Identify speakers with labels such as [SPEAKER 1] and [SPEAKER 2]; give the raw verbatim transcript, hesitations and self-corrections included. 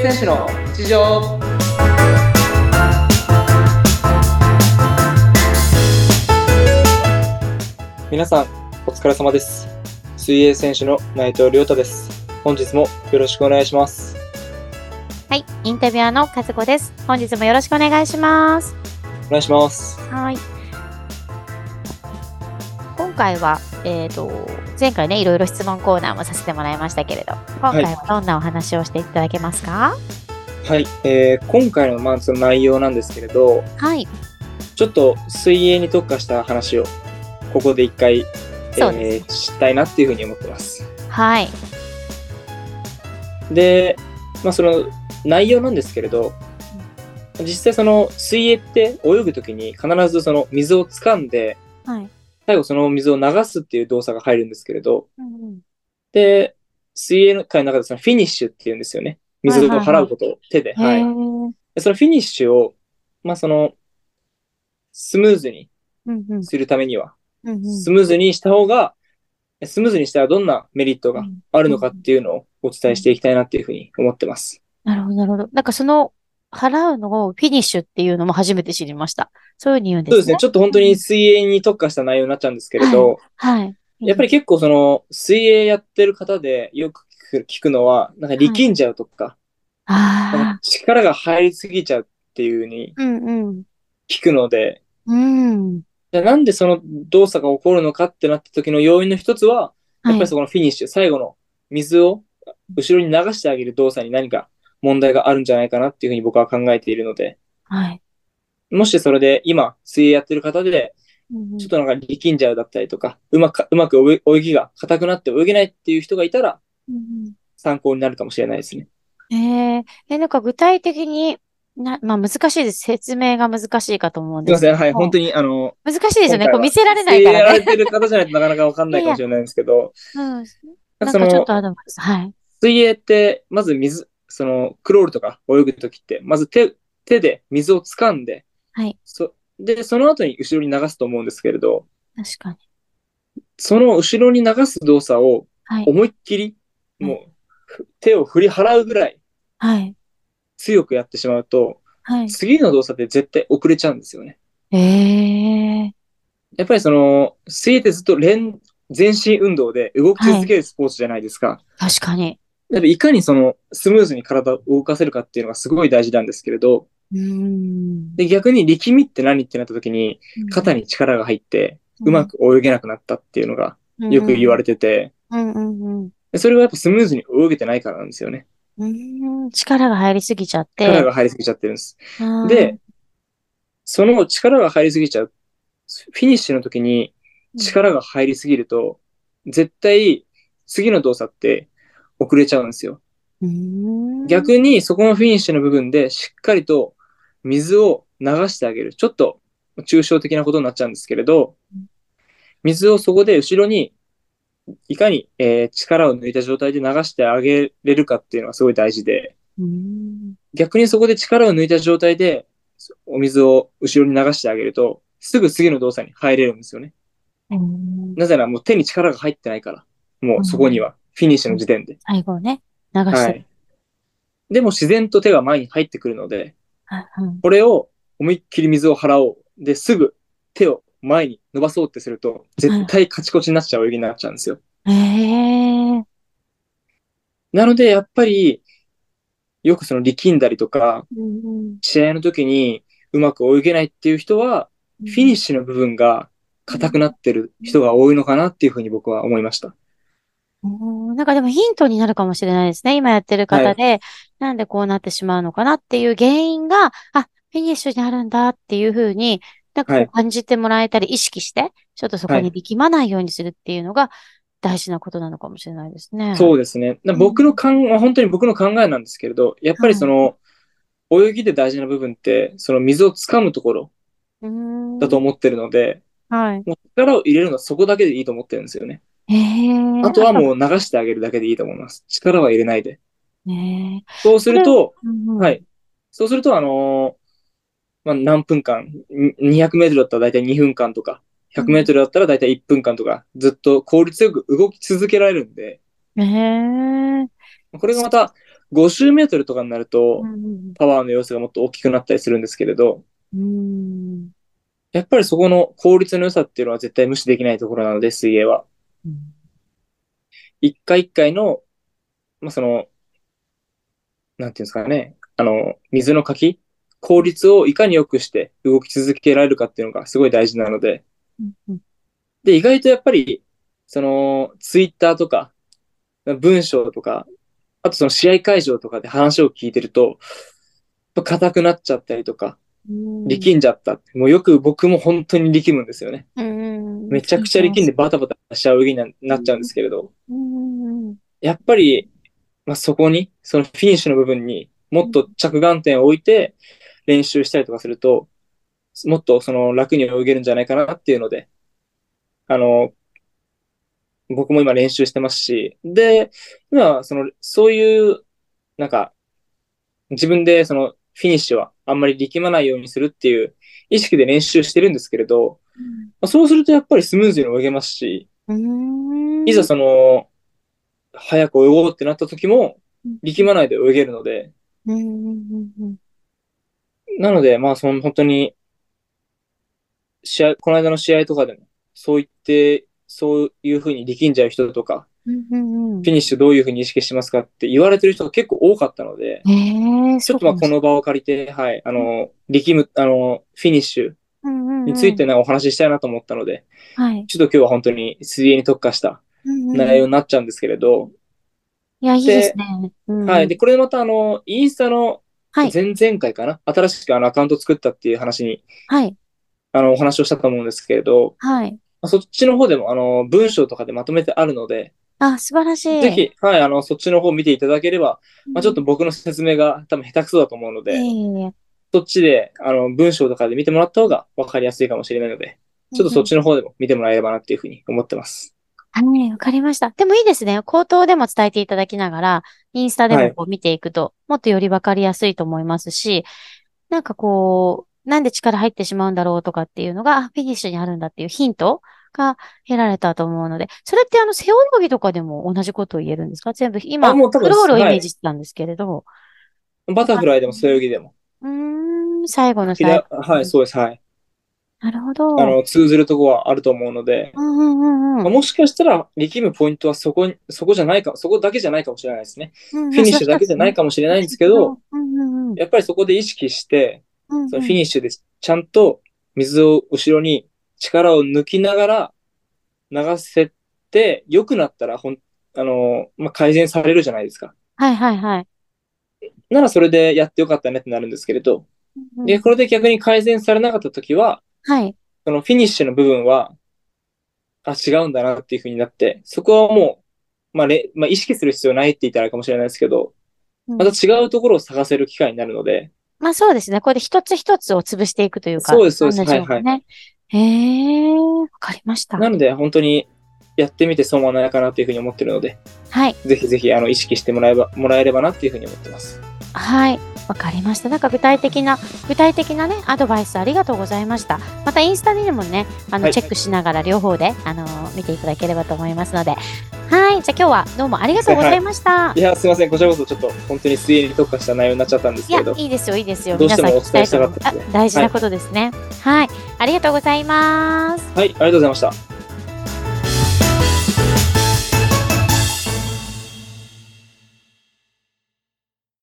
[SPEAKER 1] 選手の日常。皆さんお疲れ様です。水泳選手の内藤亮太です。本日もよろしくお願いします。
[SPEAKER 2] はい、インタビュアーの和子です。本日もよろしくお願いします。
[SPEAKER 1] お願いします。
[SPEAKER 2] はい。今回は、えーと、前回ね、いろいろ質問コーナーもさせてもらいましたけれど、今回はどんなお話をしていただけますか？
[SPEAKER 1] はい、えー、今回のまあその内容なんですけれど、
[SPEAKER 2] はい。
[SPEAKER 1] ちょっと水泳に特化した話をここで一回、えー、したいなっていうふうに思ってます。
[SPEAKER 2] はい。
[SPEAKER 1] で、まあその内容なんですけれど、実際その水泳って泳ぐときに必ずその水を掴んで、
[SPEAKER 2] はい、
[SPEAKER 1] 最後その水を流すっていう動作が入るんですけれど、
[SPEAKER 2] うんうん、
[SPEAKER 1] で、水泳界の中でそのフィニッシュっていうんですよね。水を払うことを手で。はい。でそのフィニッシュを、まあその、スムーズにするためには、
[SPEAKER 2] うんうん、
[SPEAKER 1] スムーズにした方が、スムーズにしたらどんなメリットがあるのかっていうのをお伝えしていきたいなっていうふうに思ってます。
[SPEAKER 2] なるほど、なるほど。なんかその、払うのをフィニッシュっていうのも初めて知りました。そういうふうに言うんですね。
[SPEAKER 1] そうですね。ちょっと本当に水泳に特化した内容になっちゃうんですけれど、
[SPEAKER 2] はい。はい。
[SPEAKER 1] やっぱり結構その、水泳やってる方でよく聞くのは、なんか力んじゃうとか、
[SPEAKER 2] はい、
[SPEAKER 1] なんか力が入りすぎちゃうっていうふうに聞くので、
[SPEAKER 2] うんうん、
[SPEAKER 1] じゃあなんでその動作が起こるのかってなった時の要因の一つは、やっぱりそこのフィニッシュ、はい、最後の水を後ろに流してあげる動作に何か問題があるんじゃないかなっていうふうに僕は考えているので、
[SPEAKER 2] はい、
[SPEAKER 1] もしそれで今水泳やってる方で、ちょっとなんか力んじゃうだったりとか、うまく、うまく泳ぎが硬くなって泳げないっていう人がいたら、参考になるかもしれないですね。
[SPEAKER 2] えー、え、なんか具体的にな、まあ難しいです。説明が難しいかと思うんですけど。
[SPEAKER 1] すいません。はい。本当に、あの、
[SPEAKER 2] 難しいですよね。こう見せられな
[SPEAKER 1] 水泳
[SPEAKER 2] いからね。
[SPEAKER 1] やられてる方じゃないとなかなかわかんないかもしれないんですけど、
[SPEAKER 2] うん。
[SPEAKER 1] なんか
[SPEAKER 2] なんかちょっ
[SPEAKER 1] その、
[SPEAKER 2] とアドバイス。はい。
[SPEAKER 1] 水泳って、まず水、その、クロールとか泳ぐときって、まず手、手で水を掴んで、
[SPEAKER 2] はい。
[SPEAKER 1] そ、で、その後に後ろに流すと思うんですけれど、
[SPEAKER 2] 確かに。
[SPEAKER 1] その後ろに流す動作を
[SPEAKER 2] はい。
[SPEAKER 1] 思いっきり、
[SPEAKER 2] はい。
[SPEAKER 1] もう、手を振り払うぐらい
[SPEAKER 2] はい。
[SPEAKER 1] 強くやってしまうと、
[SPEAKER 2] はい。
[SPEAKER 1] 次の動作って絶対遅れちゃうんですよね。
[SPEAKER 2] ええー。
[SPEAKER 1] やっぱりその、水泳ってずっと連、全身運動で動き
[SPEAKER 2] はい。
[SPEAKER 1] 続けるスポーツじゃないですか。
[SPEAKER 2] 確かに。
[SPEAKER 1] やっぱいかにその、スムーズに体を動かせるかっていうのがすごい大事なんですけれど、
[SPEAKER 2] うーん。
[SPEAKER 1] で、逆に力みって何ってなった時に、肩に力が入って、うまく泳げなくなったっていうのがよく言われてて、それはやっぱスムーズに泳げてないからなんですよね。
[SPEAKER 2] うん、力が入りすぎちゃって。
[SPEAKER 1] 力が入りすぎちゃってるんです。で、その力が入りすぎちゃう、フィニッシュの時に力が入りすぎると、絶対次の動作って遅れちゃうんですよ。逆にそこのフィニッシュの部分でしっかりと水を流してあげる。ちょっと抽象的なことになっちゃうんですけれど、水をそこで後ろにいかに、えー、力を抜いた状態で流してあげれるかっていうのがすごい大事で、逆にそこで力を抜いた状態でお水を後ろに流してあげると、すぐ次の動作に入れるんですよね。なぜならもう手に力が入ってないから、もうそこには、フィニッシュの時点で。
[SPEAKER 2] 最後ね、流して。はい。
[SPEAKER 1] でも自然と手が前に入ってくるので、これを思いっきり水を払おう。で、すぐ手を前に伸ばそうってすると、絶対カチコチになっちゃう泳ぎになっちゃうんですよ。
[SPEAKER 2] へえー。
[SPEAKER 1] なので、やっぱり、よくその力んだりとか、うんうん、試合の時にうまく泳げないっていう人は、うん、フィニッシュの部分が硬くなってる人が多いのかなっていうふうに僕は思いました。
[SPEAKER 2] なんかでもヒントになるかもしれないですね。今やってる方で、はい、なんでこうなってしまうのかなっていう原因が、あ、フィニッシュにあるんだっていうふうに、なんかこう感じてもらえたり意識して、ちょっとそこに力まないようにするっていうのが大事なことなのかもしれないですね。
[SPEAKER 1] そうですね。僕の考え、本当に僕の考えなんですけれど、やっぱりその、はい、泳ぎで大事な部分って、その水を掴むところだと思ってるので、はい、もう力を入れるのはそこだけでいいと思ってるんですよね。あとはもう流してあげるだけでいいと思います。力は入れないで。そうすると、はい。そうすると、あのー、まあ、何分間、にひゃくメートルだったら大体にふんかんとか、ひゃくメートルだったら大体いっぷんかんとか、ずっと効率よく動き続けられるんで、これがまたごじゅうメートルとかになると、
[SPEAKER 2] うん
[SPEAKER 1] パワーの要素がもっと大きくなったりするんですけれど、
[SPEAKER 2] うん。
[SPEAKER 1] やっぱりそこの効率の良さっていうのは絶対無視できないところなので、水泳は。
[SPEAKER 2] うん。
[SPEAKER 1] 一回一回の、まあ、その、なんていうんですかね、あの、水のかき、効率をいかに良くして動き続けられるかっていうのがすごい大事なので、
[SPEAKER 2] うん。
[SPEAKER 1] で、意外とやっぱり、その、ツイッターとか、文章とか、あとその試合会場とかで話を聞いてると、やっぱ硬くなっちゃったりとか、
[SPEAKER 2] うん。
[SPEAKER 1] 力んじゃった。もうよく僕も本当に力むんですよね。
[SPEAKER 2] うん。
[SPEAKER 1] めちゃくちゃ力んでバタバタしちゃう泳ぎになっちゃうんですけれど、
[SPEAKER 2] うん。
[SPEAKER 1] やっぱり、まあ、そこに、そのフィニッシュの部分にも
[SPEAKER 2] うん。
[SPEAKER 1] っと着眼点を置いて練習したりとかすると、もっとその楽に泳げるんじゃないかなっていうので、あの、僕も今練習してますし、で、今はその、そういう、なんか、自分でそのフィニッシュはあんまり力まないようにするっていう意識で練習してるんですけれど、まあ、そうするとやっぱりスムーズに泳げますし、
[SPEAKER 2] うん。
[SPEAKER 1] いざその、早く泳ごうってなった時も、力まないで泳げるので、
[SPEAKER 2] うん。
[SPEAKER 1] なので、まあ、その本当に、試合、この間の試合とかでも、そう言って、そういうふうに力んじゃう人とか、
[SPEAKER 2] うん。
[SPEAKER 1] フィニッシュどういうふうに意識してますかって言われてる人が結構多かったので、
[SPEAKER 2] ええ、
[SPEAKER 1] ちょっとまあ
[SPEAKER 2] そうかもし
[SPEAKER 1] この場を借りて、はい、あの、力む、あの、フィニッシュ
[SPEAKER 2] うんうんうん。
[SPEAKER 1] についてね、お話ししたいなと思ったので、
[SPEAKER 2] はい。
[SPEAKER 1] ちょっと今日は本当に水泳に特化した
[SPEAKER 2] うんうんうん。
[SPEAKER 1] 内容になっちゃうんですけれど、
[SPEAKER 2] いや、いいです
[SPEAKER 1] で、
[SPEAKER 2] ね。うん
[SPEAKER 1] はい。で、
[SPEAKER 2] うん。
[SPEAKER 1] これでまたあの、インスタの
[SPEAKER 2] はい。
[SPEAKER 1] 前々回かな、新しくあのアカウント作ったっていう話に、
[SPEAKER 2] はい。
[SPEAKER 1] あの、お話をしたと思うんですけれど、
[SPEAKER 2] はい。
[SPEAKER 1] そっちの方でもあの、文章とかでまとめてあるので、
[SPEAKER 2] あ、素晴らしい。
[SPEAKER 1] ぜひ、はい、あの、そっちの方を見ていただければ、まあ、ちょっ
[SPEAKER 2] うん。
[SPEAKER 1] と僕の説明が多分下手くそだと思うの
[SPEAKER 2] いえ
[SPEAKER 1] で、
[SPEAKER 2] いえいえ。
[SPEAKER 1] そっちで、あの、文章とかで見てもらった方が分かりやすいかもしれないので、ちょっとそっ
[SPEAKER 2] うんうん。
[SPEAKER 1] ちの方でも見てもらえればなっていうふうに思ってます。
[SPEAKER 2] はい、わかりました。でもいいですね。口頭でも伝えていただきながら、インスタで
[SPEAKER 1] はい。
[SPEAKER 2] もこう見ていくと、もっとよりわかりやすいと思いますし、なんかこう、なんで力入ってしまうんだろうとかっていうのが、あフィニッシュにあるんだっていうヒントが得られたと思うので、それってあの、背泳ぎとかでも同じことを言えるんですか？全部、
[SPEAKER 1] あ、
[SPEAKER 2] 今、
[SPEAKER 1] もう多分、
[SPEAKER 2] クロールをイ
[SPEAKER 1] はい。
[SPEAKER 2] メージしてたんですけれど、
[SPEAKER 1] バタフライでも背泳ぎでも。
[SPEAKER 2] うーん、最後の最後。
[SPEAKER 1] ひだはい、そうです。はい。
[SPEAKER 2] なるほど。
[SPEAKER 1] あの、通ずるところはあると思うので、
[SPEAKER 2] うんうんうんうん。
[SPEAKER 1] まあ、もしかしたら力むポイントはそこに、そこじゃないか、そこだけじゃないかもしれないですね。
[SPEAKER 2] うん、
[SPEAKER 1] フィ
[SPEAKER 2] まあ、その
[SPEAKER 1] ニッシュだけじゃ
[SPEAKER 2] 一つね。
[SPEAKER 1] ないかもしれないんですけど、
[SPEAKER 2] 一つけど、うんうんうん。
[SPEAKER 1] やっぱりそこで意識して、その
[SPEAKER 2] うんうん。
[SPEAKER 1] フィニッシュでちゃんと水を後ろに力を抜きながら流せて、良くなったらほん、あの、まあ、改善されるじゃないですか。
[SPEAKER 2] はいはいはい。
[SPEAKER 1] ならそれでやってよかったねってなるんですけれど、で、
[SPEAKER 2] うんうん。
[SPEAKER 1] これで逆に改善されなかったときは、
[SPEAKER 2] はい。
[SPEAKER 1] そのフィニッシュの部分は、あ、違うんだなっていうふうになって、そこはもう、まあ、れまあ、意識する必要ないって言ったらあれかもしれないですけど、また
[SPEAKER 2] うん。
[SPEAKER 1] 違うところを探せる機会になるので、
[SPEAKER 2] まあそうですね。これで一つ一つを潰していくというか、
[SPEAKER 1] そうです、そうです。
[SPEAKER 2] 同じ
[SPEAKER 1] はいはいはい。
[SPEAKER 2] ようにね。へえ、わかりました。
[SPEAKER 1] なので、本当にやってみて損はないかなっていうふうに思ってるので、
[SPEAKER 2] はい。
[SPEAKER 1] ぜひぜひ、あの、意識してもらえば、もらえればなっていうふうに思ってます。
[SPEAKER 2] はい。わかりました。なんか具体的な、具体的なね、アドバイスありがとうございました。またインスタでもね、あの、
[SPEAKER 1] はい。
[SPEAKER 2] チェックしながら両方で、あのー見ていただければと思いますので。はい。じゃあ今日はどうもありがとうござい
[SPEAKER 1] はい。
[SPEAKER 2] ました。
[SPEAKER 1] いや、すいません。こちらこそちょっと本当に水泳に特化した内容になっちゃったんです
[SPEAKER 2] いや、
[SPEAKER 1] けれど、
[SPEAKER 2] いいですよ、いいですよ。
[SPEAKER 1] どうし
[SPEAKER 2] 皆さん聞
[SPEAKER 1] てもお伝えし
[SPEAKER 2] きたいと思う。あ、
[SPEAKER 1] たかったので。はい。
[SPEAKER 2] 大事なことですね。はい。ありがとうございます。
[SPEAKER 1] はい、ありがとうございました。